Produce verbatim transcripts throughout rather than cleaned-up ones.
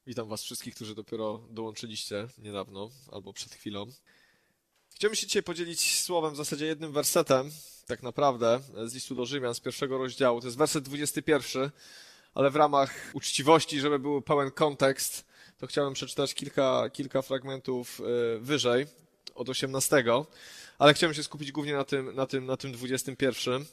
Witam was wszystkich, którzy dopiero dołączyliście niedawno albo przed chwilą. Chciałbym się dzisiaj podzielić słowem, w zasadzie jednym wersetem, tak naprawdę, z listu do Rzymian, z pierwszego rozdziału. To jest werset dwudziesty pierwszy, ale w ramach uczciwości, żeby był pełen kontekst, to chciałem przeczytać kilka, kilka fragmentów wyżej, od osiemnastego, ale chciałem się skupić głównie na tym, na tym, na tym dwudziestym pierwszym.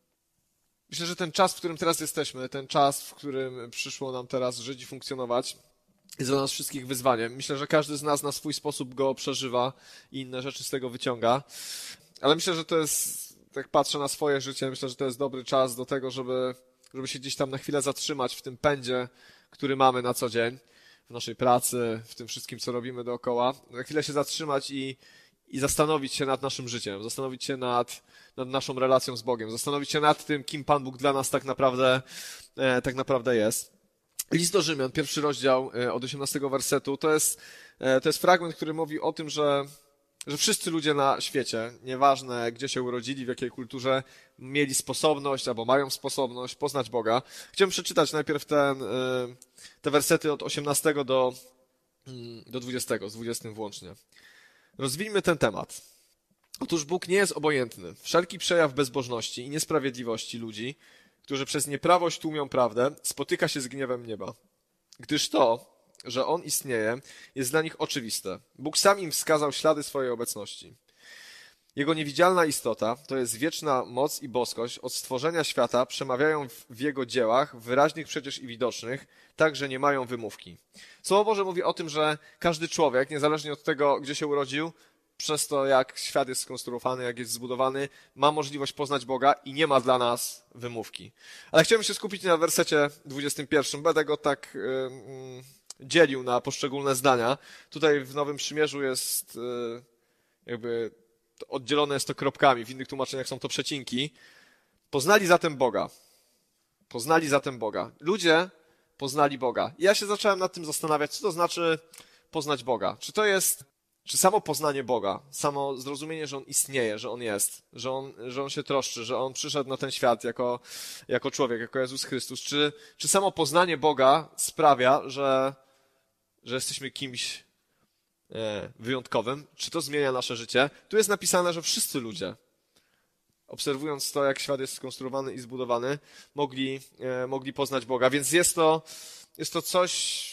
Myślę, że ten czas, w którym teraz jesteśmy, ten czas, w którym przyszło nam teraz żyć i funkcjonować, jest dla nas wszystkich wyzwaniem. Myślę, że każdy z nas na swój sposób go przeżywa i inne rzeczy z tego wyciąga. Ale myślę, że to jest, jak patrzę na swoje życie, myślę, że to jest dobry czas do tego, żeby, żeby się gdzieś tam na chwilę zatrzymać w tym pędzie, który mamy na co dzień, w naszej pracy, w tym wszystkim, co robimy dookoła. Na chwilę się zatrzymać i, i zastanowić się nad naszym życiem, zastanowić się nad, nad naszą relacją z Bogiem, zastanowić się nad tym, kim Pan Bóg dla nas tak naprawdę, e, tak naprawdę jest. List do Rzymian, pierwszy rozdział od osiemnastego wersetu, to jest, to jest fragment, który mówi o tym, że, że wszyscy ludzie na świecie, nieważne gdzie się urodzili, w jakiej kulturze, mieli sposobność albo mają sposobność poznać Boga. Chciałem przeczytać najpierw ten, te wersety od osiemnastego do, do dwudziestego, z dwudziestym włącznie. Rozwijmy ten temat. Otóż Bóg nie jest obojętny. Wszelki przejaw bezbożności i niesprawiedliwości ludzi, którzy przez nieprawość tłumią prawdę, spotyka się z gniewem nieba. Gdyż to, że On istnieje, jest dla nich oczywiste. Bóg sam im wskazał ślady swojej obecności. Jego niewidzialna istota, to jest wieczna moc i boskość, od stworzenia świata przemawiają w Jego dziełach, wyraźnych przecież i widocznych, tak, że nie mają wymówki. Słowo Boże mówi o tym, że każdy człowiek, niezależnie od tego, gdzie się urodził, przez to, jak świat jest skonstruowany, jak jest zbudowany, ma możliwość poznać Boga i nie ma dla nas wymówki. Ale chciałbym się skupić na wersecie dwudziestym pierwszym. Będę go tak yy, dzielił na poszczególne zdania. Tutaj w Nowym Przymierzu jest yy, jakby oddzielone jest to kropkami, w innych tłumaczeniach są to przecinki. Poznali zatem Boga. Poznali zatem Boga. Ludzie poznali Boga. I ja się zacząłem nad tym zastanawiać, co to znaczy poznać Boga. Czy to jest Czy samo poznanie Boga, samo zrozumienie, że On istnieje, że On jest, że On, że On się troszczy, że On przyszedł na ten świat jako, jako człowiek, jako Jezus Chrystus, czy, czy samo poznanie Boga sprawia, że, że jesteśmy kimś e, wyjątkowym? Czy to zmienia nasze życie? Tu jest napisane, że wszyscy ludzie, obserwując to, jak świat jest skonstruowany i zbudowany, mogli, e, mogli poznać Boga, więc jest to, jest to coś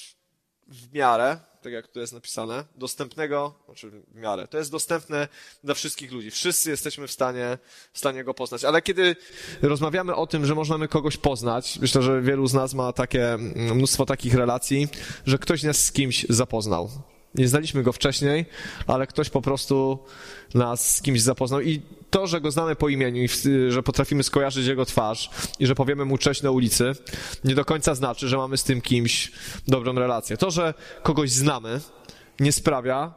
w miarę, tak jak tu jest napisane, dostępnego, znaczy w miarę, to jest dostępne dla wszystkich ludzi. Wszyscy jesteśmy w stanie, w stanie Go poznać. Ale kiedy rozmawiamy o tym, że możemy kogoś poznać, myślę, że wielu z nas ma takie, mnóstwo takich relacji, że ktoś nas z kimś zapoznał. Nie znaliśmy go wcześniej, ale ktoś po prostu nas z kimś zapoznał i to, że go znamy po imieniu i że potrafimy skojarzyć jego twarz i że powiemy mu cześć na ulicy, nie do końca znaczy, że mamy z tym kimś dobrą relację. To, że kogoś znamy, nie sprawia,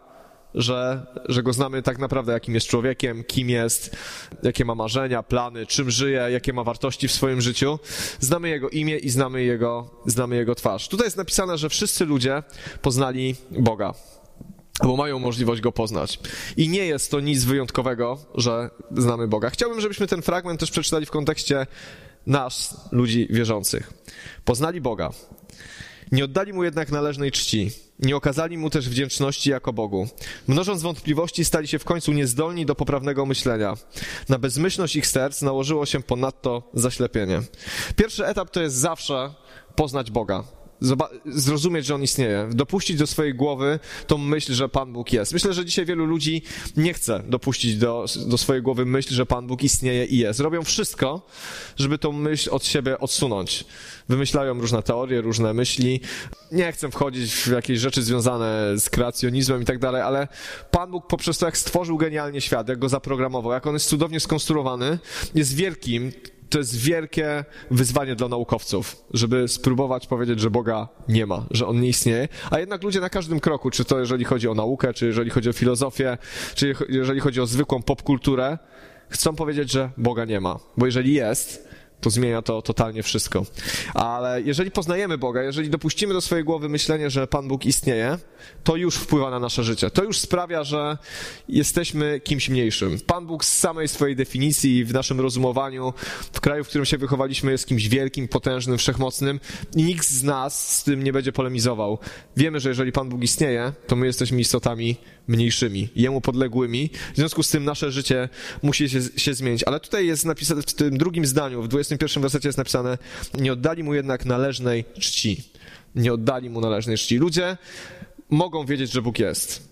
że, że go znamy tak naprawdę, jakim jest człowiekiem, kim jest, jakie ma marzenia, plany, czym żyje, jakie ma wartości w swoim życiu. Znamy jego imię i znamy jego, znamy jego twarz. Tutaj jest napisane, że wszyscy ludzie poznali Boga, bo mają możliwość Go poznać. I nie jest to nic wyjątkowego, że znamy Boga. Chciałbym, żebyśmy ten fragment też przeczytali w kontekście nas, ludzi wierzących. Poznali Boga. Nie oddali Mu jednak należnej czci. Nie okazali Mu też wdzięczności jako Bogu. Mnożąc wątpliwości, stali się w końcu niezdolni do poprawnego myślenia. Na bezmyślność ich serc nałożyło się ponadto zaślepienie. Pierwszy etap to jest zawsze poznać Boga. Zrozumieć, że On istnieje. Dopuścić do swojej głowy tą myśl, że Pan Bóg jest. Myślę, że dzisiaj wielu ludzi nie chce dopuścić do, do swojej głowy myśl, że Pan Bóg istnieje i jest. Robią wszystko, żeby tą myśl od siebie odsunąć. Wymyślają różne teorie, różne myśli. Nie chcę wchodzić w jakieś rzeczy związane z kreacjonizmem i tak dalej, ale Pan Bóg poprzez to, jak stworzył genialnie świat, jak go zaprogramował, jak on jest cudownie skonstruowany, jest wielkim. To jest wielkie wyzwanie dla naukowców, żeby spróbować powiedzieć, że Boga nie ma, że On nie istnieje, a jednak ludzie na każdym kroku, czy to jeżeli chodzi o naukę, czy jeżeli chodzi o filozofię, czy jeżeli chodzi o zwykłą popkulturę, chcą powiedzieć, że Boga nie ma, bo jeżeli jest, To zmienia to totalnie wszystko. Ale jeżeli poznajemy Boga, jeżeli dopuścimy do swojej głowy myślenie, że Pan Bóg istnieje, to już wpływa na nasze życie. To już sprawia, że jesteśmy kimś mniejszym. Pan Bóg z samej swojej definicji, w naszym rozumowaniu, w kraju, w którym się wychowaliśmy, jest kimś wielkim, potężnym, wszechmocnym i nikt z nas z tym nie będzie polemizował. Wiemy, że jeżeli Pan Bóg istnieje, to my jesteśmy istotami mniejszymi, Jemu podległymi. W związku z tym nasze życie musi się, się zmienić. Ale tutaj jest napisane, w tym drugim zdaniu, w dwudziestym pierwszym wersecie jest napisane: nie oddali Mu jednak należnej czci. Nie oddali Mu należnej czci. Ludzie mogą wiedzieć, że Bóg jest.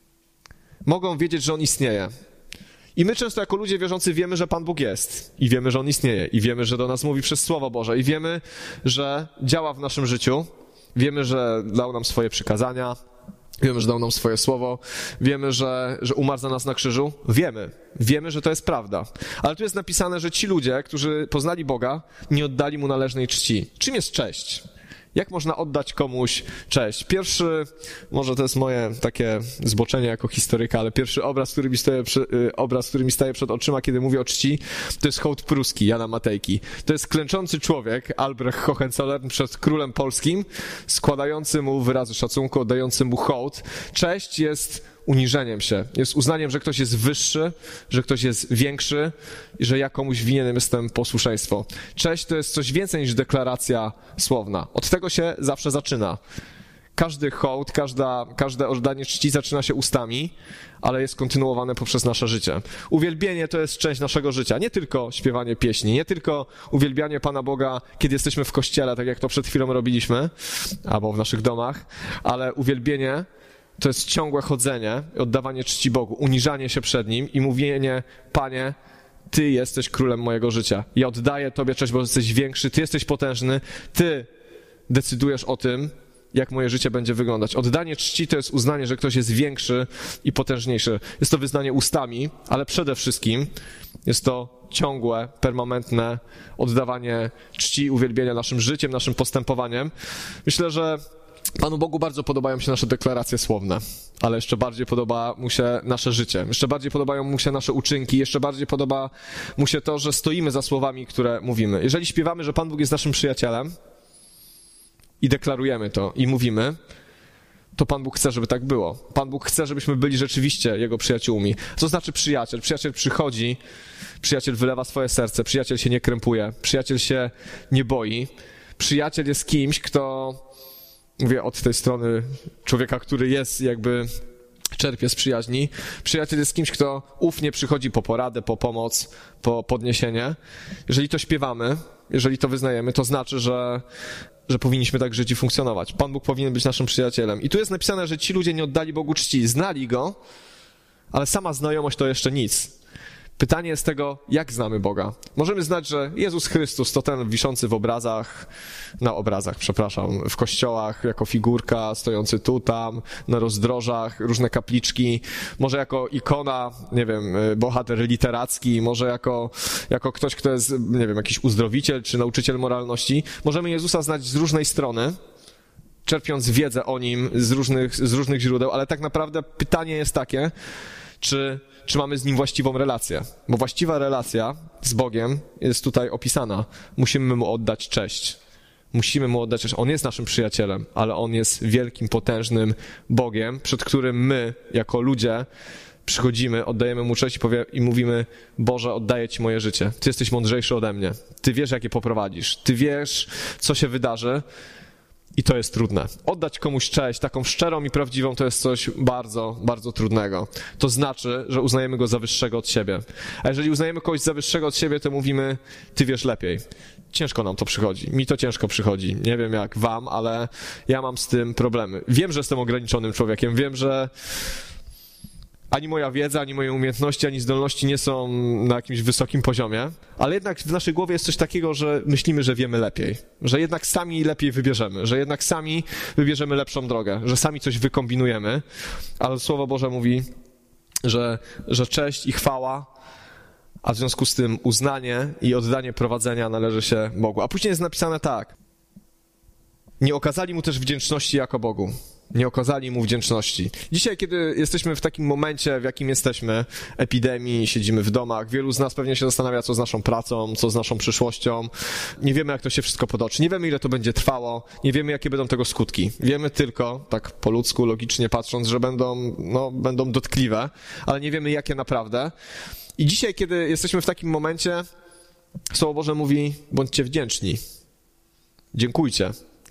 Mogą wiedzieć, że On istnieje. I my często jako ludzie wierzący wiemy, że Pan Bóg jest. I wiemy, że On istnieje. I wiemy, że do nas mówi przez Słowo Boże. I wiemy, że działa w naszym życiu. Wiemy, że dał nam swoje przykazania. Wiemy, że dał nam swoje słowo. Wiemy, że, że umarł za nas na krzyżu. Wiemy. Wiemy, że to jest prawda. Ale tu jest napisane, że ci ludzie, którzy poznali Boga, nie oddali Mu należnej czci. Czym jest cześć? Jak można oddać komuś cześć? Pierwszy, może to jest moje takie zboczenie jako historyka, ale pierwszy obraz, który mi staje, obraz, który mi staje przed oczyma, kiedy mówię o czci, to jest hołd pruski Jana Matejki. To jest klęczący człowiek, Albrecht Hohenzollern, przed królem polskim, składający mu wyrazy szacunku, oddający mu hołd. Cześć jest uniżeniem się, jest uznaniem, że ktoś jest wyższy, że ktoś jest większy i że ja komuś winien jestem posłuszeństwo. Cześć to jest coś więcej niż deklaracja słowna. Od tego się zawsze zaczyna. Każdy hołd, każda, każde oddanie czci zaczyna się ustami, ale jest kontynuowane poprzez nasze życie. Uwielbienie to jest część naszego życia. Nie tylko śpiewanie pieśni, nie tylko uwielbianie Pana Boga, kiedy jesteśmy w kościele, tak jak to przed chwilą robiliśmy, albo w naszych domach, ale uwielbienie to jest ciągłe chodzenie, oddawanie czci Bogu, uniżanie się przed Nim i mówienie: Panie, Ty jesteś królem mojego życia. Ja oddaję Tobie cześć, bo jesteś większy, Ty jesteś potężny, Ty decydujesz o tym, jak moje życie będzie wyglądać. Oddanie czci to jest uznanie, że ktoś jest większy i potężniejszy. Jest to wyznanie ustami, ale przede wszystkim jest to ciągłe, permanentne oddawanie czci, uwielbienia naszym życiem, naszym postępowaniem. Myślę, że Panu Bogu bardzo podobają się nasze deklaracje słowne, ale jeszcze bardziej podoba Mu się nasze życie. Jeszcze bardziej podobają Mu się nasze uczynki, jeszcze bardziej podoba Mu się to, że stoimy za słowami, które mówimy. Jeżeli śpiewamy, że Pan Bóg jest naszym przyjacielem i deklarujemy to i mówimy, to Pan Bóg chce, żeby tak było. Pan Bóg chce, żebyśmy byli rzeczywiście Jego przyjaciółmi. Co znaczy przyjaciel? Przyjaciel przychodzi, przyjaciel wylewa swoje serce, przyjaciel się nie krępuje, przyjaciel się nie boi. Przyjaciel jest kimś, kto... Mówię od tej strony człowieka, który jest jakby, czerpie z przyjaźni. Przyjaciel jest kimś, kto ufnie przychodzi po poradę, po pomoc, po podniesienie. Jeżeli to śpiewamy, jeżeli to wyznajemy, to znaczy, że, że powinniśmy tak żyć i funkcjonować. Pan Bóg powinien być naszym przyjacielem. I tu jest napisane, że ci ludzie nie oddali Bogu czci. Znali Go, ale sama znajomość to jeszcze nic. Pytanie jest tego, jak znamy Boga. Możemy znać, że Jezus Chrystus to ten wiszący w obrazach, na obrazach, przepraszam, w kościołach, jako figurka, stojący tu, tam, na rozdrożach, różne kapliczki, może jako ikona, nie wiem, bohater literacki, może jako, jako ktoś, kto jest, nie wiem, jakiś uzdrowiciel czy nauczyciel moralności. Możemy Jezusa znać z różnej strony, czerpiąc wiedzę o Nim z różnych, z różnych źródeł, ale tak naprawdę pytanie jest takie, czy czy mamy z Nim właściwą relację. Bo właściwa relacja z Bogiem jest tutaj opisana. Musimy Mu oddać cześć. Musimy Mu oddać cześć. On jest naszym przyjacielem, ale On jest wielkim, potężnym Bogiem, przed którym my, jako ludzie, przychodzimy, oddajemy Mu cześć i, powie, i mówimy: Boże, oddaję Ci moje życie. Ty jesteś mądrzejszy ode mnie. Ty wiesz, jak je poprowadzisz. Ty wiesz, co się wydarzy. I to jest trudne. Oddać komuś cześć, taką szczerą i prawdziwą, to jest coś bardzo, bardzo trudnego. To znaczy, że uznajemy go za wyższego od siebie. A jeżeli uznajemy kogoś za wyższego od siebie, to mówimy: Ty wiesz lepiej. Ciężko nam to przychodzi. Mi to ciężko przychodzi. Nie wiem jak wam, ale ja mam z tym problemy. Wiem, że jestem ograniczonym człowiekiem. Wiem, że ani moja wiedza, ani moje umiejętności, ani zdolności nie są na jakimś wysokim poziomie, ale jednak w naszej głowie jest coś takiego, że myślimy, że wiemy lepiej, że jednak sami lepiej wybierzemy, że jednak sami wybierzemy lepszą drogę, że sami coś wykombinujemy, ale Słowo Boże mówi, że, że cześć i chwała, a w związku z tym uznanie i oddanie prowadzenia należy się Bogu. A później jest napisane tak: nie okazali Mu też wdzięczności jako Bogu. nie okazali mu wdzięczności. Dzisiaj, kiedy jesteśmy w takim momencie, w jakim jesteśmy, epidemii, siedzimy w domach, wielu z nas pewnie się zastanawia, co z naszą pracą, co z naszą przyszłością. Nie wiemy, jak to się wszystko potoczy. Nie wiemy, ile to będzie trwało. Nie wiemy, jakie będą tego skutki. Wiemy tylko, tak po ludzku, logicznie patrząc, że będą, no, będą dotkliwe, ale nie wiemy, jakie naprawdę. I dzisiaj, kiedy jesteśmy w takim momencie, Słowo Boże mówi, bądźcie wdzięczni. Dziękujcie.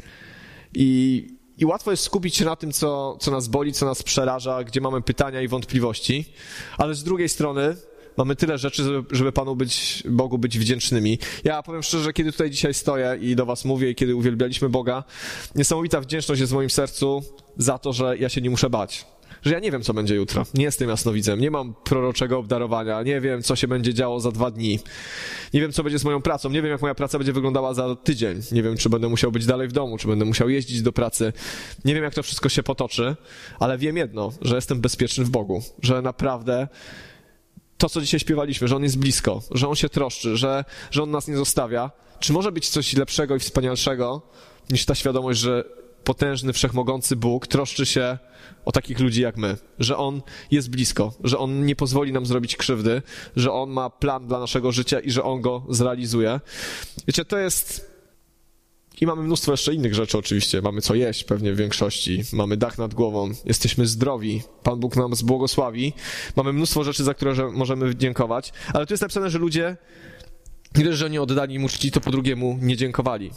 I, i łatwo jest skupić się na tym, co, co nas boli, co nas przeraża, gdzie mamy pytania i wątpliwości, ale z drugiej strony mamy tyle rzeczy, żeby, żeby Panu być, Bogu być wdzięcznymi. Ja powiem szczerze, że kiedy tutaj dzisiaj stoję i do was mówię i kiedy uwielbialiśmy Boga, niesamowita wdzięczność jest w moim sercu za to, że ja się nie muszę bać. Że ja nie wiem, co będzie jutro. Nie jestem jasnowidzem, nie mam proroczego obdarowania, nie wiem, co się będzie działo za dwa dni. Nie wiem, co będzie z moją pracą, nie wiem, jak moja praca będzie wyglądała za tydzień. Nie wiem, czy będę musiał być dalej w domu, czy będę musiał jeździć do pracy. Nie wiem, jak to wszystko się potoczy, ale wiem jedno, że jestem bezpieczny w Bogu, że naprawdę to, co dzisiaj śpiewaliśmy, że On jest blisko, że On się troszczy, że, że On nas nie zostawia. Czy może być coś lepszego i wspanialszego niż ta świadomość, że potężny, wszechmogący Bóg troszczy się o takich ludzi jak my, że On jest blisko, że On nie pozwoli nam zrobić krzywdy, że On ma plan dla naszego życia i że On go zrealizuje. Wiecie, to jest... I mamy mnóstwo jeszcze innych rzeczy oczywiście. Mamy co jeść pewnie w większości, mamy dach nad głową, jesteśmy zdrowi, Pan Bóg nam zbłogosławi, mamy mnóstwo rzeczy, za które że możemy dziękować, ale tu jest napisane, że ludzie, nie dość, że nie oddali Mu czci, to po drugiemu nie dziękowali.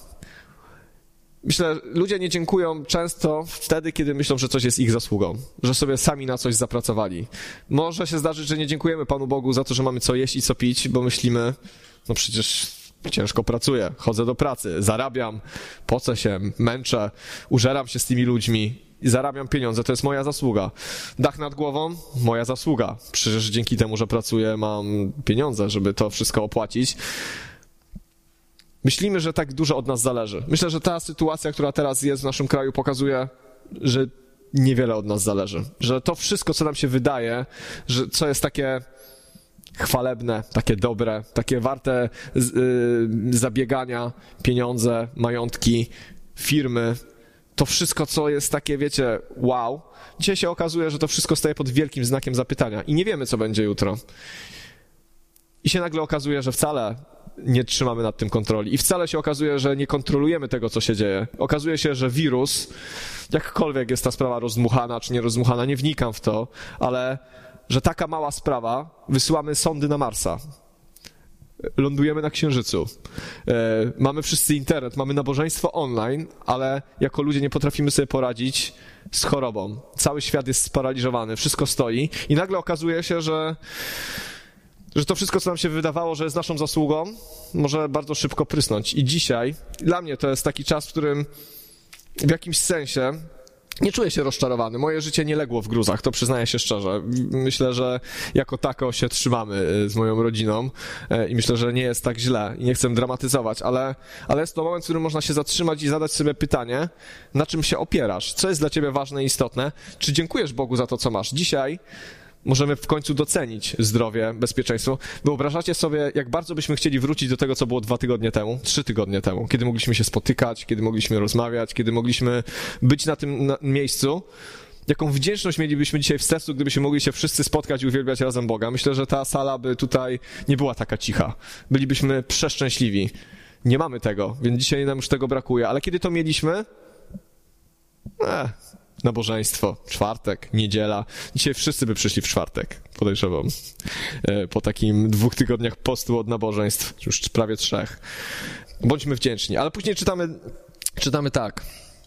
Myślę, że ludzie nie dziękują często wtedy, kiedy myślą, że coś jest ich zasługą, że sobie sami na coś zapracowali. Może się zdarzyć, że nie dziękujemy Panu Bogu za to, że mamy co jeść i co pić, bo myślimy, no przecież ciężko pracuję, chodzę do pracy, zarabiam, pocę się, męczę, użeram się z tymi ludźmi i zarabiam pieniądze, to jest moja zasługa. Dach nad głową, moja zasługa. Przecież dzięki temu, że pracuję, mam pieniądze, żeby to wszystko opłacić. Myślimy, że tak dużo od nas zależy. Myślę, że ta sytuacja, która teraz jest w naszym kraju, pokazuje, że niewiele od nas zależy. Że to wszystko, co nam się wydaje, że co jest takie chwalebne, takie dobre, takie warte z, yy, zabiegania, pieniądze, majątki, firmy, to wszystko, co jest takie, wiecie, wow, dzisiaj się okazuje, że to wszystko staje pod wielkim znakiem zapytania i nie wiemy, co będzie jutro. I się nagle okazuje, że wcale nie trzymamy nad tym kontroli i wcale się okazuje, że nie kontrolujemy tego, co się dzieje. Okazuje się, że wirus, jakkolwiek jest ta sprawa rozdmuchana czy nie rozdmuchana, nie wnikam w to, ale że taka mała sprawa, wysyłamy sondy na Marsa, lądujemy na Księżycu, e, mamy wszyscy internet, mamy nabożeństwo online, ale jako ludzie nie potrafimy sobie poradzić z chorobą. Cały świat jest sparaliżowany, wszystko stoi i nagle okazuje się, że że to wszystko, co nam się wydawało, że jest naszą zasługą, może bardzo szybko prysnąć. I dzisiaj, dla mnie to jest taki czas, w którym w jakimś sensie nie czuję się rozczarowany. Moje życie nie legło w gruzach, to przyznaję się szczerze. Myślę, że jako tako się trzymamy z moją rodziną i myślę, że nie jest tak źle i nie chcę dramatyzować, ale, ale jest to moment, w którym można się zatrzymać i zadać sobie pytanie, na czym się opierasz, co jest dla ciebie ważne i istotne, czy dziękujesz Bogu za to, co masz. Dzisiaj możemy w końcu docenić zdrowie, bezpieczeństwo. Wyobrażacie sobie, jak bardzo byśmy chcieli wrócić do tego, co było dwa tygodnie temu, trzy tygodnie temu, kiedy mogliśmy się spotykać, kiedy mogliśmy rozmawiać, kiedy mogliśmy być na tym na miejscu. Jaką wdzięczność mielibyśmy dzisiaj w sercu, gdybyśmy mogli się wszyscy spotkać i uwielbiać razem Boga. Myślę, że ta sala by tutaj nie była taka cicha. Bylibyśmy przeszczęśliwi. Nie mamy tego, więc dzisiaj nam już tego brakuje. Ale kiedy to mieliśmy? Eh. Nabożeństwo, czwartek, niedziela. Dzisiaj wszyscy by przyszli w czwartek, podejrzewam. Po takim dwóch tygodniach postu od nabożeństw, już prawie trzech. Bądźmy wdzięczni. Ale później czytamy, czytamy tak.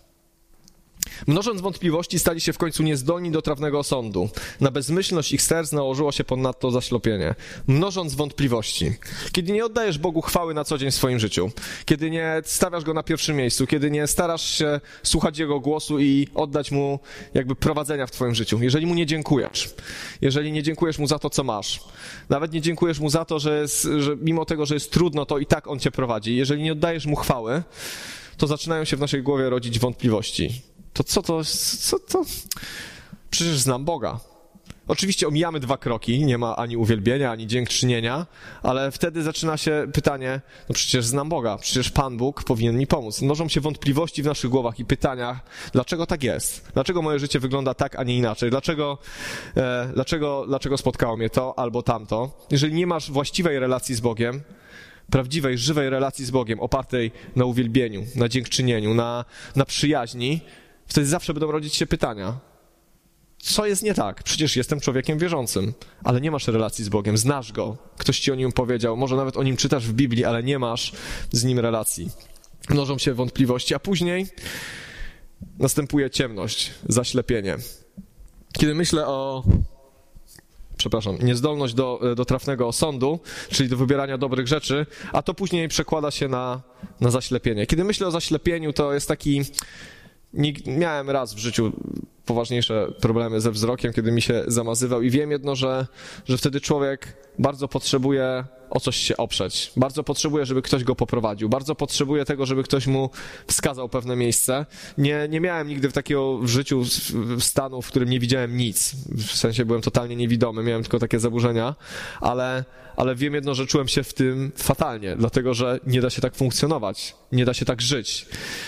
Mnożąc wątpliwości, stali się w końcu niezdolni do trawnego osądu. Na bezmyślność ich serc nałożyło się ponadto zaślepienie. Mnożąc wątpliwości. Kiedy nie oddajesz Bogu chwały na co dzień w swoim życiu, kiedy nie stawiasz Go na pierwszym miejscu, kiedy nie starasz się słuchać Jego głosu i oddać Mu jakby prowadzenia w twoim życiu, jeżeli Mu nie dziękujesz, jeżeli nie dziękujesz Mu za to, co masz, nawet nie dziękujesz Mu za to, że, jest, że mimo tego, że jest trudno, to i tak On cię prowadzi, jeżeli nie oddajesz Mu chwały, to zaczynają się w naszej głowie rodzić wątpliwości. To co to, co to? Przecież znam Boga. Oczywiście omijamy dwa kroki, nie ma ani uwielbienia, ani dziękczynienia, ale wtedy zaczyna się pytanie, no przecież znam Boga, przecież Pan Bóg powinien mi pomóc. Mnożą się wątpliwości w naszych głowach i pytaniach, dlaczego tak jest? Dlaczego moje życie wygląda tak, a nie inaczej? Dlaczego, e, dlaczego, dlaczego spotkało mnie to albo tamto? Jeżeli nie masz właściwej relacji z Bogiem, prawdziwej, żywej relacji z Bogiem, opartej na uwielbieniu, na dziękczynieniu, na, na przyjaźni, wtedy zawsze będą rodzić się pytania. Co jest nie tak? Przecież jestem człowiekiem wierzącym, ale nie masz relacji z Bogiem, znasz Go. Ktoś ci o Nim powiedział, może nawet o Nim czytasz w Biblii, ale nie masz z Nim relacji. Mnożą się wątpliwości, a później następuje ciemność, zaślepienie. Kiedy myślę o, przepraszam, niezdolność do, do trafnego osądu, czyli do wybierania dobrych rzeczy, a to później przekłada się na, na zaślepienie. Kiedy myślę o zaślepieniu, to jest taki... Nie, miałem raz w życiu poważniejsze problemy ze wzrokiem, kiedy mi się zamazywał i wiem jedno, że, że wtedy człowiek bardzo potrzebuje o coś się oprzeć. Bardzo potrzebuje, żeby ktoś go poprowadził. Bardzo potrzebuje tego, żeby ktoś mu wskazał pewne miejsce. Nie, nie miałem nigdy w takiego w życiu stanu, w którym nie widziałem nic. W sensie byłem totalnie niewidomy, miałem tylko takie zaburzenia, ale, ale wiem jedno, że czułem się w tym fatalnie, dlatego że nie da się tak funkcjonować, nie da się tak żyć.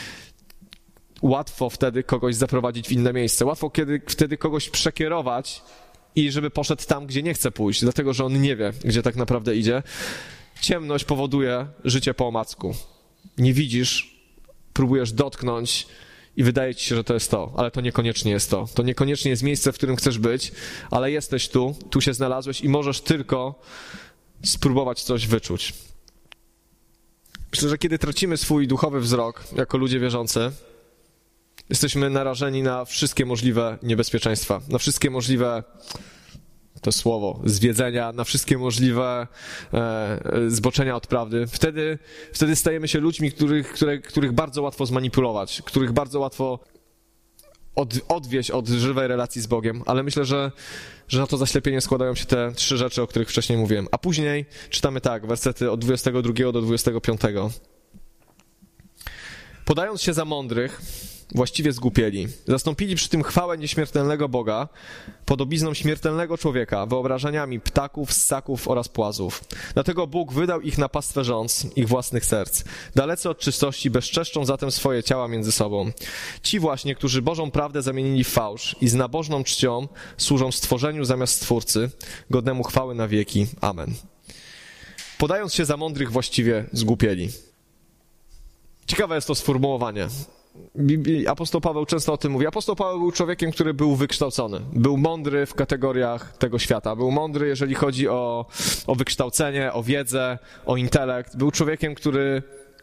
Łatwo wtedy kogoś zaprowadzić w inne miejsce. Łatwo kiedy, wtedy kogoś przekierować i żeby poszedł tam, gdzie nie chce pójść, dlatego że on nie wie, gdzie tak naprawdę idzie. Ciemność powoduje życie po omacku. Nie widzisz, próbujesz dotknąć i wydaje ci się, że to jest to, ale to niekoniecznie jest to. To niekoniecznie jest miejsce, w którym chcesz być, ale jesteś tu, tu się znalazłeś i możesz tylko spróbować coś wyczuć. Myślę, że kiedy tracimy swój duchowy wzrok jako ludzie wierzący, jesteśmy narażeni na wszystkie możliwe niebezpieczeństwa, na wszystkie możliwe, to słowo, zwiedzenia, na wszystkie możliwe e, zboczenia od prawdy. Wtedy, wtedy stajemy się ludźmi, których, które, których bardzo łatwo zmanipulować, których bardzo łatwo od, odwieść od żywej relacji z Bogiem, ale myślę, że, że na to zaślepienie składają się te trzy rzeczy, o których wcześniej mówiłem. A później czytamy tak, wersety od dwudziestego drugiego do dwudziestego piątego. Podając się za mądrych, właściwie zgłupieli. Zastąpili przy tym chwałę nieśmiertelnego Boga podobizną śmiertelnego człowieka, wyobrażeniami ptaków, ssaków oraz płazów. Dlatego Bóg wydał ich na pastwę żąc, ich własnych serc. Dalece od czystości bezczeszczą zatem swoje ciała między sobą. Ci właśnie, którzy Bożą prawdę zamienili w fałsz i z nabożną czcią służą stworzeniu zamiast Stwórcy, godnemu chwały na wieki. Amen. Podając się za mądrych, właściwie zgłupieli. Ciekawe jest to sformułowanie. Apostoł Paweł często o tym mówi. Apostoł Paweł był człowiekiem, który był wykształcony. Był mądry w kategoriach tego świata. Był mądry, jeżeli chodzi o, o wykształcenie, o wiedzę, o intelekt. Był człowiekiem, który,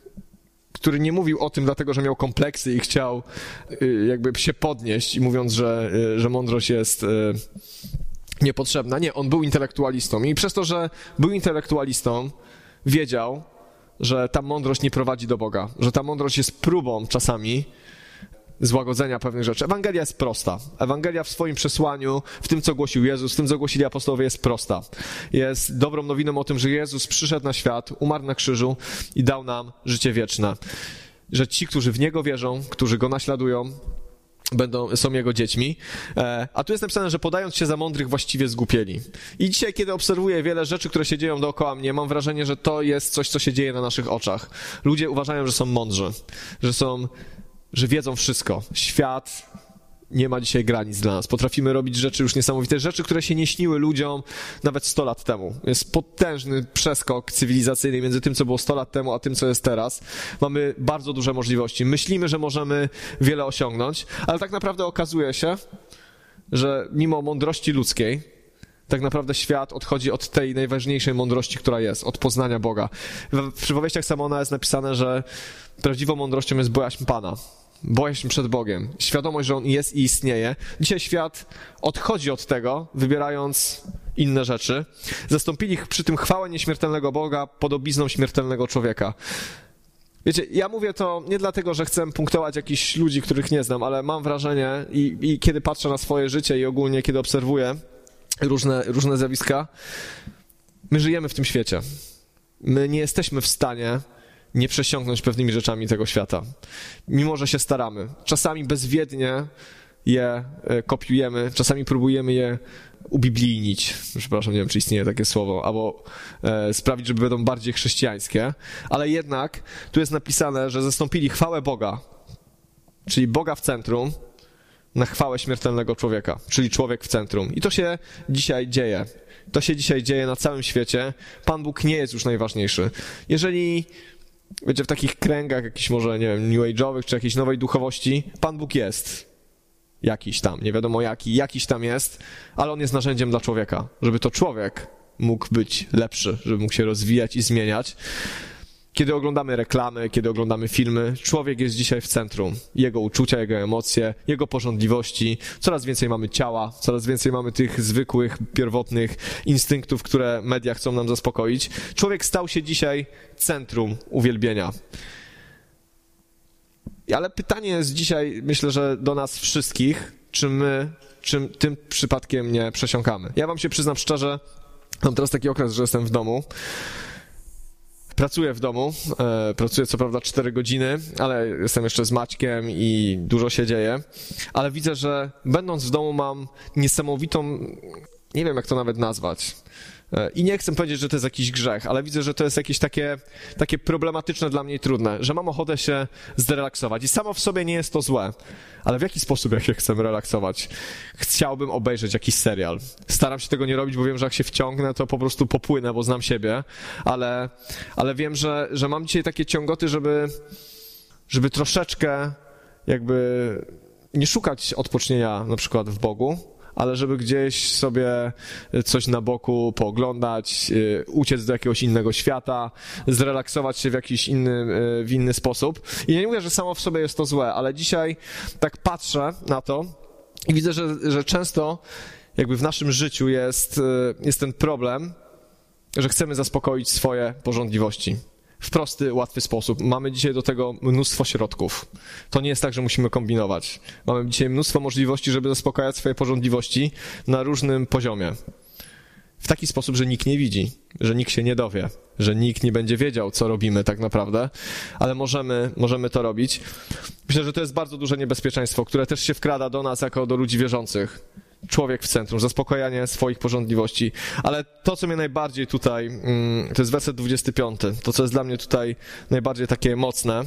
który nie mówił o tym dlatego, że miał kompleksy i chciał jakby się podnieść, mówiąc, że, że mądrość jest niepotrzebna. Nie, on był intelektualistą. I przez to, że był intelektualistą, wiedział, że ta mądrość nie prowadzi do Boga, że ta mądrość jest próbą czasami złagodzenia pewnych rzeczy. Ewangelia jest prosta. Ewangelia w swoim przesłaniu, w tym, co głosił Jezus, w tym, co głosili apostołowie, jest prosta. Jest dobrą nowiną o tym, że Jezus przyszedł na świat, umarł na krzyżu i dał nam życie wieczne. Że ci, którzy w Niego wierzą, którzy Go naśladują, będą, są Jego dziećmi. A tu jest napisane, że podając się za mądrych, właściwie zgłupieli. I dzisiaj, kiedy obserwuję wiele rzeczy, które się dzieją dookoła mnie, mam wrażenie, że to jest coś, co się dzieje na naszych oczach. Ludzie uważają, że są mądrzy, że są, że wiedzą wszystko. Świat nie ma dzisiaj granic dla nas. Potrafimy robić rzeczy już niesamowite, rzeczy, które się nie śniły ludziom nawet sto lat temu. Jest potężny przeskok cywilizacyjny między tym, co było sto lat temu, a tym, co jest teraz. Mamy bardzo duże możliwości. Myślimy, że możemy wiele osiągnąć, ale tak naprawdę okazuje się, że mimo mądrości ludzkiej, tak naprawdę świat odchodzi od tej najważniejszej mądrości, która jest, od poznania Boga. W przypowieściach Salomona jest napisane, że prawdziwą mądrością jest bojaźń Pana. Bojaźń przed Bogiem, świadomość, że On jest i istnieje. Dzisiaj świat odchodzi od tego, wybierając inne rzeczy. Zastąpili przy tym chwałę nieśmiertelnego Boga podobizną śmiertelnego człowieka. Wiecie, ja mówię to nie dlatego, że chcę punktować jakichś ludzi, których nie znam, ale mam wrażenie i, i kiedy patrzę na swoje życie i ogólnie kiedy obserwuję różne, różne zjawiska, my żyjemy w tym świecie. My nie jesteśmy w stanie nie przesiąknąć pewnymi rzeczami tego świata. Mimo że się staramy. Czasami bezwiednie je kopiujemy, czasami próbujemy je ubiblijnić, przepraszam, nie wiem, czy istnieje takie słowo, albo e, sprawić, żeby będą bardziej chrześcijańskie, ale jednak tu jest napisane, że zastąpili chwałę Boga, czyli Boga w centrum, na chwałę śmiertelnego człowieka, czyli człowiek w centrum. I to się dzisiaj dzieje. To się dzisiaj dzieje na całym świecie. Pan Bóg nie jest już najważniejszy. Jeżeli, wiecie, w takich kręgach jakichś może, nie wiem, new age'owych, czy jakiejś nowej duchowości, Pan Bóg jest. Jakiś tam, nie wiadomo jaki, jakiś tam jest, ale on jest narzędziem dla człowieka, żeby to człowiek mógł być lepszy, żeby mógł się rozwijać i zmieniać. Kiedy oglądamy reklamy, kiedy oglądamy filmy, człowiek jest dzisiaj w centrum. Jego uczucia, jego emocje, jego pożądliwości. Coraz więcej mamy ciała, coraz więcej mamy tych zwykłych, pierwotnych instynktów, które media chcą nam zaspokoić. Człowiek stał się dzisiaj centrum uwielbienia. Ale pytanie jest dzisiaj, myślę, że do nas wszystkich, czy my czym tym przypadkiem nie przesiąkamy. Ja wam się przyznam szczerze, mam teraz taki okres, że jestem w domu. Pracuję w domu, e, pracuję co prawda cztery godziny, ale jestem jeszcze z Maćkiem i dużo się dzieje, ale widzę, że będąc w domu mam niesamowitą, nie wiem jak to nawet nazwać, e, i nie chcę powiedzieć, że to jest jakiś grzech, ale widzę, że to jest jakieś takie, takie problematyczne dla mnie i trudne, że mam ochotę się zrelaksować i samo w sobie nie jest to złe, ale w jaki sposób ja się chcę relaksować? Chciałbym obejrzeć jakiś serial. Staram się tego nie robić, bo wiem, że jak się wciągnę, to po prostu popłynę, bo znam siebie, ale, ale wiem, że, że mam dzisiaj takie ciągoty, żeby, żeby troszeczkę jakby nie szukać odpocznienia na przykład w Bogu, ale żeby gdzieś sobie coś na boku pooglądać, uciec do jakiegoś innego świata, zrelaksować się w jakiś inny, w inny sposób. I nie mówię, że samo w sobie jest to złe, ale dzisiaj tak patrzę na to i widzę, że, że często jakby w naszym życiu jest, jest ten problem, że chcemy zaspokoić swoje pożądliwości. W prosty, łatwy sposób. Mamy dzisiaj do tego mnóstwo środków. To nie jest tak, że musimy kombinować. Mamy dzisiaj mnóstwo możliwości, żeby zaspokajać swoje pożądliwości na różnym poziomie. W taki sposób, że nikt nie widzi, że nikt się nie dowie, że nikt nie będzie wiedział, co robimy tak naprawdę, ale możemy, możemy to robić. Myślę, że to jest bardzo duże niebezpieczeństwo, które też się wkrada do nas jako do ludzi wierzących. Człowiek w centrum, zaspokajanie swoich pożądliwości. Ale to, co mnie najbardziej tutaj, to jest werset dwudziesty piąty, to, co jest dla mnie tutaj najbardziej takie mocne,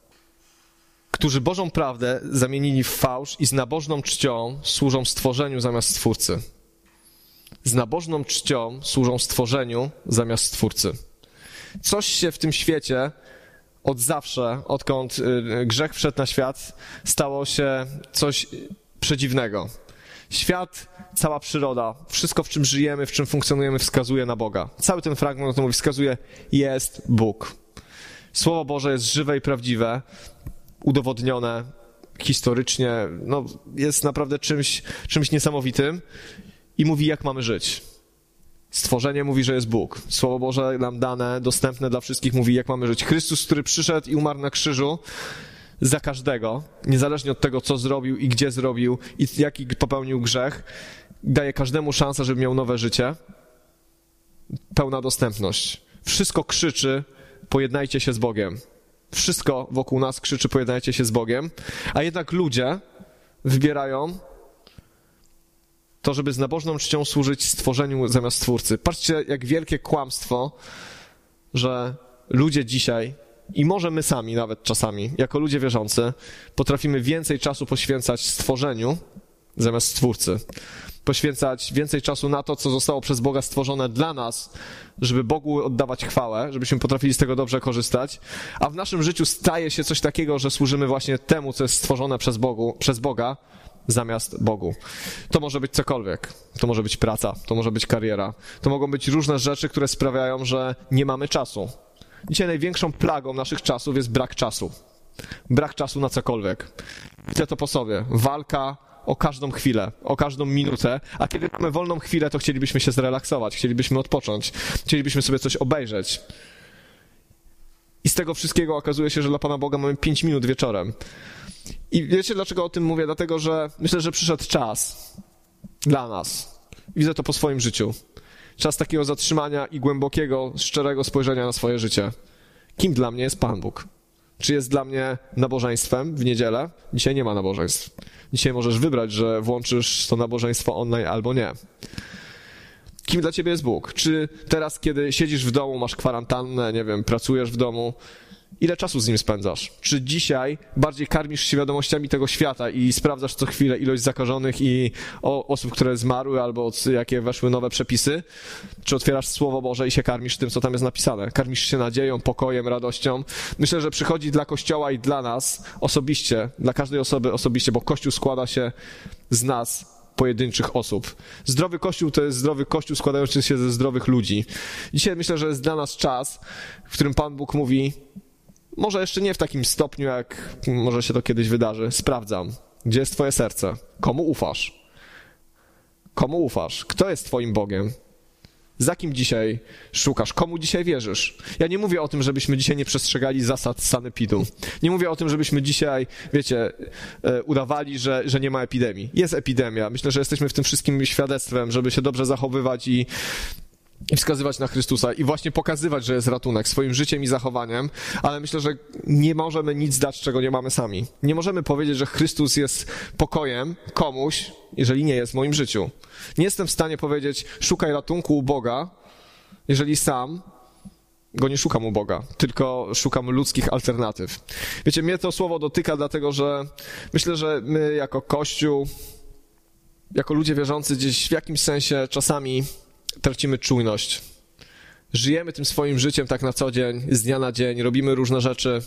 którzy Bożą prawdę zamienili w fałsz i z nabożną czcią służą stworzeniu zamiast Stwórcy. Z nabożną czcią służą stworzeniu zamiast Stwórcy. Coś się w tym świecie od zawsze, odkąd grzech wszedł na świat, stało się coś przedziwnego. Świat, cała przyroda, wszystko, w czym żyjemy, w czym funkcjonujemy, wskazuje na Boga. Cały ten fragment, to mówi, wskazuje, jest Bóg. Słowo Boże jest żywe i prawdziwe, udowodnione historycznie, no, jest naprawdę czymś, czymś niesamowitym i mówi, jak mamy żyć. Stworzenie mówi, że jest Bóg. Słowo Boże nam dane, dostępne dla wszystkich, mówi, jak mamy żyć. Chrystus, który przyszedł i umarł na krzyżu, za każdego, niezależnie od tego, co zrobił i gdzie zrobił i jaki popełnił grzech, daje każdemu szansę, żeby miał nowe życie. Pełna dostępność. Wszystko krzyczy, pojednajcie się z Bogiem. Wszystko wokół nas krzyczy, pojednajcie się z Bogiem, a jednak ludzie wybierają to, żeby z nabożną czcią służyć stworzeniu zamiast Stwórcy. Patrzcie, jak wielkie kłamstwo, że ludzie dzisiaj i może my sami nawet czasami, jako ludzie wierzący, potrafimy więcej czasu poświęcać stworzeniu zamiast Stwórcy. Poświęcać więcej czasu na to, co zostało przez Boga stworzone dla nas, żeby Bogu oddawać chwałę, żebyśmy potrafili z tego dobrze korzystać, a w naszym życiu staje się coś takiego, że służymy właśnie temu, co jest stworzone przez, Bogu, przez Boga, zamiast Bogu. To może być cokolwiek. To może być praca, to może być kariera. To mogą być różne rzeczy, które sprawiają, że nie mamy czasu. Dzisiaj największą plagą naszych czasów jest brak czasu. Brak czasu na cokolwiek. Widzę to po sobie. Walka o każdą chwilę, o każdą minutę, a kiedy mamy wolną chwilę, to chcielibyśmy się zrelaksować, chcielibyśmy odpocząć, chcielibyśmy sobie coś obejrzeć. I z tego wszystkiego okazuje się, że dla Pana Boga mamy pięć minut wieczorem. I wiecie, dlaczego o tym mówię? Dlatego, że myślę, że przyszedł czas dla nas. Widzę to po swoim życiu. Czas takiego zatrzymania i głębokiego, szczerego spojrzenia na swoje życie. Kim dla mnie jest Pan Bóg? Czy jest dla mnie nabożeństwem w niedzielę? Dzisiaj nie ma nabożeństw. Dzisiaj możesz wybrać, że włączysz to nabożeństwo online albo nie. Kim dla ciebie jest Bóg? Czy teraz, kiedy siedzisz w domu, masz kwarantannę, nie wiem, pracujesz w domu, ile czasu z nim spędzasz? Czy dzisiaj bardziej karmisz się wiadomościami tego świata i sprawdzasz co chwilę ilość zakażonych i o, osób, które zmarły albo jakie weszły nowe przepisy? Czy otwierasz Słowo Boże i się karmisz tym, co tam jest napisane? Karmisz się nadzieją, pokojem, radością? Myślę, że przychodzi dla Kościoła i dla nas osobiście, dla każdej osoby osobiście, bo Kościół składa się z nas, pojedynczych osób. Zdrowy Kościół to jest zdrowy Kościół składający się ze zdrowych ludzi. Dzisiaj myślę, że jest dla nas czas, w którym Pan Bóg mówi, może jeszcze nie w takim stopniu, jak może się to kiedyś wydarzy. Sprawdzam, gdzie jest twoje serce? Komu ufasz? Komu ufasz? Kto jest twoim Bogiem? Za kim dzisiaj szukasz? Komu dzisiaj wierzysz? Ja nie mówię o tym, żebyśmy dzisiaj nie przestrzegali zasad sanepidu. Nie mówię o tym, żebyśmy dzisiaj, wiecie, udawali, że, że nie ma epidemii. Jest epidemia. Myślę, że jesteśmy w tym wszystkim świadectwem, żeby się dobrze zachowywać i i wskazywać na Chrystusa i właśnie pokazywać, że jest ratunek swoim życiem i zachowaniem, ale myślę, że nie możemy nic dać, czego nie mamy sami. Nie możemy powiedzieć, że Chrystus jest pokojem komuś, jeżeli nie jest w moim życiu. Nie jestem w stanie powiedzieć, szukaj ratunku u Boga, jeżeli sam go nie szukam u Boga, tylko szukam ludzkich alternatyw. Wiecie, mnie to słowo dotyka, dlatego że myślę, że my jako Kościół, jako ludzie wierzący gdzieś w jakimś sensie czasami tracimy czujność. Żyjemy tym swoim życiem tak na co dzień, z dnia na dzień, robimy różne rzeczy.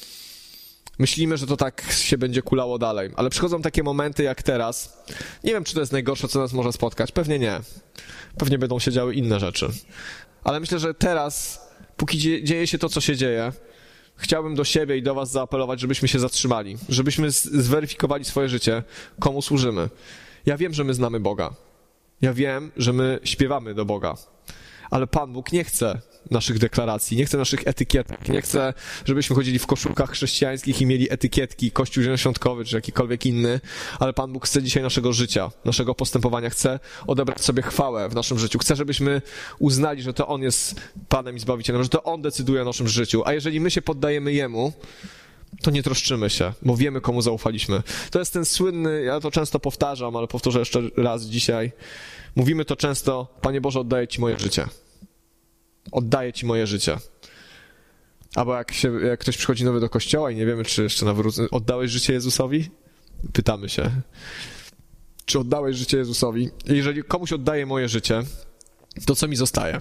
Myślimy, że to tak się będzie kulało dalej, ale przychodzą takie momenty jak teraz. Nie wiem, czy to jest najgorsze, co nas może spotkać. Pewnie nie. Pewnie będą się działy inne rzeczy. Ale myślę, że teraz, póki dzieje się to, co się dzieje, chciałbym do siebie i do was zaapelować, żebyśmy się zatrzymali, żebyśmy zweryfikowali swoje życie, komu służymy. Ja wiem, że my znamy Boga. Ja wiem, że my śpiewamy do Boga, ale Pan Bóg nie chce naszych deklaracji, nie chce naszych etykietek, nie chce, żebyśmy chodzili w koszulkach chrześcijańskich i mieli etykietki, Kościół Zielonoświątkowy czy jakikolwiek inny, ale Pan Bóg chce dzisiaj naszego życia, naszego postępowania, chce odebrać sobie chwałę w naszym życiu, chce, żebyśmy uznali, że to On jest Panem i Zbawicielem, że to On decyduje o naszym życiu, a jeżeli my się poddajemy Jemu, to nie troszczymy się, bo wiemy, komu zaufaliśmy. To jest ten słynny, ja to często powtarzam, ale powtórzę jeszcze raz dzisiaj. Mówimy to często, Panie Boże, oddaję Ci moje życie. Oddaję Ci moje życie. Albo jak, się, jak ktoś przychodzi nowy do kościoła i nie wiemy, czy jeszcze nawrócę, oddałeś życie Jezusowi? Pytamy się. Czy oddałeś życie Jezusowi? I jeżeli komuś oddaję moje życie, to co mi zostaje?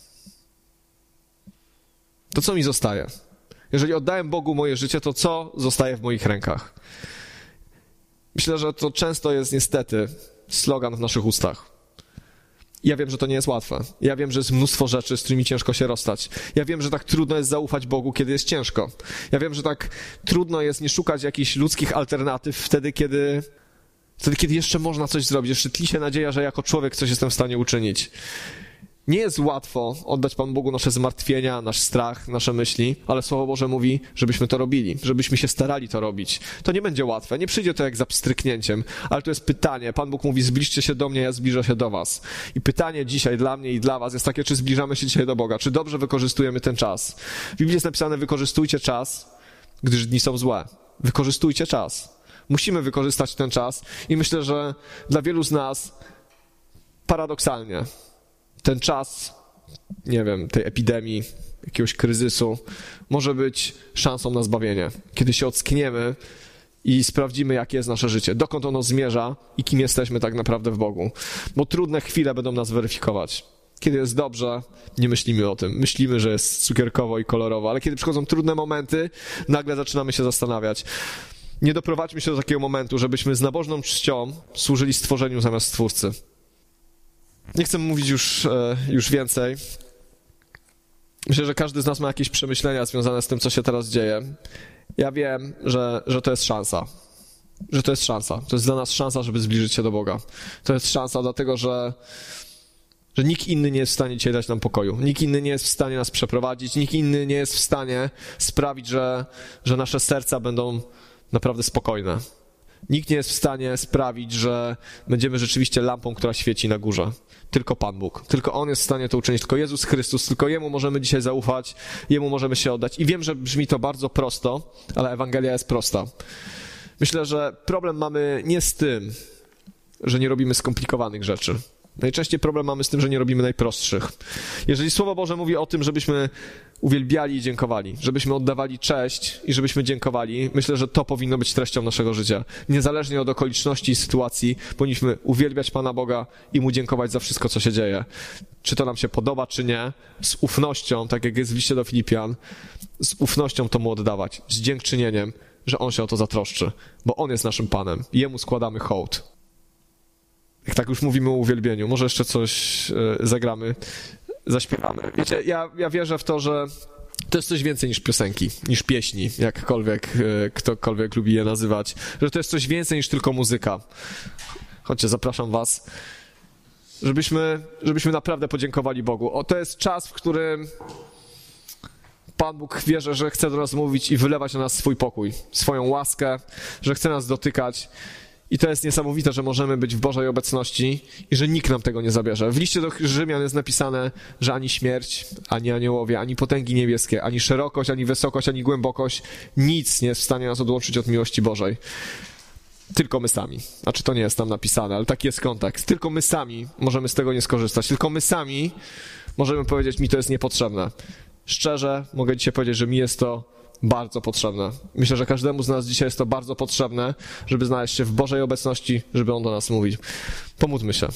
To co mi zostaje? Jeżeli oddałem Bogu moje życie, to co zostaje w moich rękach? Myślę, że to często jest niestety slogan w naszych ustach. Ja wiem, że to nie jest łatwe. Ja wiem, że jest mnóstwo rzeczy, z którymi ciężko się rozstać. Ja wiem, że tak trudno jest zaufać Bogu, kiedy jest ciężko. Ja wiem, że tak trudno jest nie szukać jakichś ludzkich alternatyw wtedy, kiedy, wtedy, kiedy jeszcze można coś zrobić. Jeszcze tli się nadzieja, że jako człowiek coś jestem w stanie uczynić. Nie jest łatwo oddać Panu Bogu nasze zmartwienia, nasz strach, nasze myśli, ale Słowo Boże mówi, żebyśmy to robili, żebyśmy się starali to robić. To nie będzie łatwe, nie przyjdzie to jak za pstryknięciem, ale to jest pytanie. Pan Bóg mówi, zbliżcie się do mnie, ja zbliżę się do was. I pytanie dzisiaj dla mnie i dla was jest takie, czy zbliżamy się dzisiaj do Boga, czy dobrze wykorzystujemy ten czas. W Biblii jest napisane, wykorzystujcie czas, gdyż dni są złe. Wykorzystujcie czas. Musimy wykorzystać ten czas i myślę, że dla wielu z nas paradoksalnie ten czas, nie wiem, tej epidemii, jakiegoś kryzysu może być szansą na zbawienie. Kiedy się ockniemy i sprawdzimy, jakie jest nasze życie, dokąd ono zmierza i kim jesteśmy tak naprawdę w Bogu. Bo trudne chwile będą nas weryfikować. Kiedy jest dobrze, nie myślimy o tym. Myślimy, że jest cukierkowo i kolorowo, ale kiedy przychodzą trudne momenty, nagle zaczynamy się zastanawiać. Nie doprowadźmy się do takiego momentu, żebyśmy z nabożną czcią służyli stworzeniu zamiast Stwórcy. Nie chcę mówić już, już więcej. Myślę, że każdy z nas ma jakieś przemyślenia związane z tym, co się teraz dzieje. Ja wiem, że, że to jest szansa. Że to jest szansa. To jest dla nas szansa, żeby zbliżyć się do Boga. To jest szansa dlatego, że, że nikt inny nie jest w stanie dzisiaj dać nam pokoju. Nikt inny nie jest w stanie nas przeprowadzić. Nikt inny nie jest w stanie sprawić, że, że nasze serca będą naprawdę spokojne. Nikt nie jest w stanie sprawić, że będziemy rzeczywiście lampą, która świeci na górze. Tylko Pan Bóg. Tylko On jest w stanie to uczynić. Tylko Jezus Chrystus. Tylko Jemu możemy dzisiaj zaufać. Jemu możemy się oddać. I wiem, że brzmi to bardzo prosto, ale Ewangelia jest prosta. Myślę, że problem mamy nie z tym, że nie robimy skomplikowanych rzeczy. Najczęściej problem mamy z tym, że nie robimy najprostszych. Jeżeli Słowo Boże mówi o tym, żebyśmy uwielbiali i dziękowali, żebyśmy oddawali cześć i żebyśmy dziękowali, myślę, że to powinno być treścią naszego życia. Niezależnie od okoliczności i sytuacji, powinniśmy uwielbiać Pana Boga i Mu dziękować za wszystko, co się dzieje. Czy to nam się podoba, czy nie, z ufnością, tak jak jest w liście do Filipian, z ufnością to Mu oddawać, z dziękczynieniem, że On się o to zatroszczy, bo On jest naszym Panem. Jemu składamy hołd. Jak tak już mówimy o uwielbieniu, może jeszcze coś y, zagramy, zaśpiewamy. Wiecie, ja, ja wierzę w to, że to jest coś więcej niż piosenki, niż pieśni, jakkolwiek y, ktokolwiek lubi je nazywać. Że to jest coś więcej niż tylko muzyka. Chodźcie, zapraszam was, żebyśmy, żebyśmy naprawdę podziękowali Bogu. O, to jest czas, w którym Pan Bóg wierzę, że chce do nas mówić i wylewać na nas swój pokój, swoją łaskę, że chce nas dotykać. I to jest niesamowite, że możemy być w Bożej obecności i że nikt nam tego nie zabierze. W liście do Rzymian jest napisane, że ani śmierć, ani aniołowie, ani potęgi niebieskie, ani szerokość, ani wysokość, ani głębokość, nic nie jest w stanie nas odłączyć od miłości Bożej. Tylko my sami. Znaczy to nie jest tam napisane, ale taki jest kontekst. Tylko my sami możemy z tego nie skorzystać. Tylko my sami możemy powiedzieć, mi to jest niepotrzebne. Szczerze mogę dzisiaj powiedzieć, że mi jest to bardzo potrzebne. Myślę, że każdemu z nas dzisiaj jest to bardzo potrzebne, żeby znaleźć się w Bożej obecności, żeby On do nas mówił. Pomódlmy się.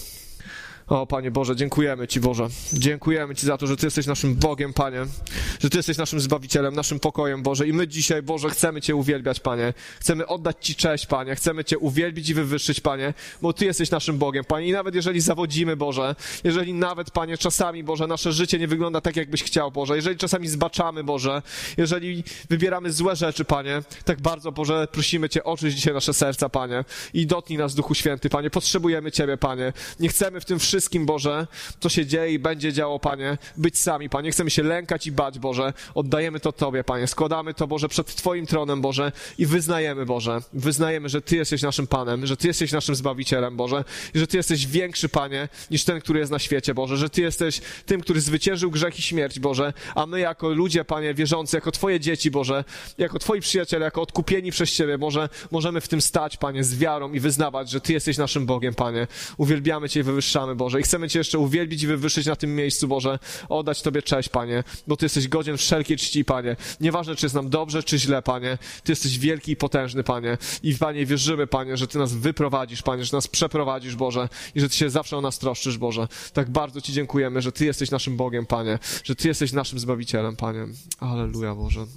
O, Panie Boże, dziękujemy Ci, Boże. Dziękujemy Ci za to, że Ty jesteś naszym Bogiem, Panie. Że Ty jesteś naszym Zbawicielem, naszym pokojem, Boże. I my dzisiaj, Boże, chcemy Cię uwielbiać, Panie. Chcemy oddać Ci cześć, Panie. Chcemy Cię uwielbić i wywyższyć, Panie, bo Ty jesteś naszym Bogiem, Panie. I nawet jeżeli zawodzimy, Boże, jeżeli nawet, Panie, czasami, Boże, nasze życie nie wygląda tak, jakbyś chciał, Boże. Jeżeli czasami zbaczamy, Boże, jeżeli wybieramy złe rzeczy, Panie, tak bardzo, Boże, prosimy Cię, oczyść dzisiaj nasze serca, Panie. I dotknij nas, Duchu Święty, Panie. Potrzebujemy Ciebie, Panie. Nie chcemy w tym wszystkim wszystkim, Boże, co się dzieje i będzie działo, Panie, być sami, Panie. Chcemy się lękać i bać, Boże. Oddajemy to Tobie, Panie. Składamy to, Boże, przed Twoim tronem, Boże, i wyznajemy, Boże. Wyznajemy, że Ty jesteś naszym Panem, że Ty jesteś naszym Zbawicielem, Boże, i że Ty jesteś większy, Panie, niż ten, który jest na świecie, Boże, że Ty jesteś tym, który zwyciężył grzech i śmierć, Boże, a my jako ludzie, Panie, wierzący, jako Twoje dzieci, Boże, jako Twoi przyjaciele, jako odkupieni przez Ciebie, Boże, możemy w tym stać, Panie, z wiarą i wyznawać, że Ty jesteś naszym Bogiem, Panie. Uwielbiamy Cię i wywyższamy, Boże, i chcemy Cię jeszcze uwielbić i wywyższyć na tym miejscu, Boże, oddać Tobie cześć, Panie, bo Ty jesteś godzien wszelkiej czci, Panie. Nieważne, czy jest nam dobrze, czy źle, Panie, Ty jesteś wielki i potężny, Panie, i, Panie, wierzymy, Panie, że Ty nas wyprowadzisz, Panie, że nas przeprowadzisz, Boże, i że Ty się zawsze o nas troszczysz, Boże. Tak bardzo Ci dziękujemy, że Ty jesteś naszym Bogiem, Panie, że Ty jesteś naszym Zbawicielem, Panie. Alleluja, Boże.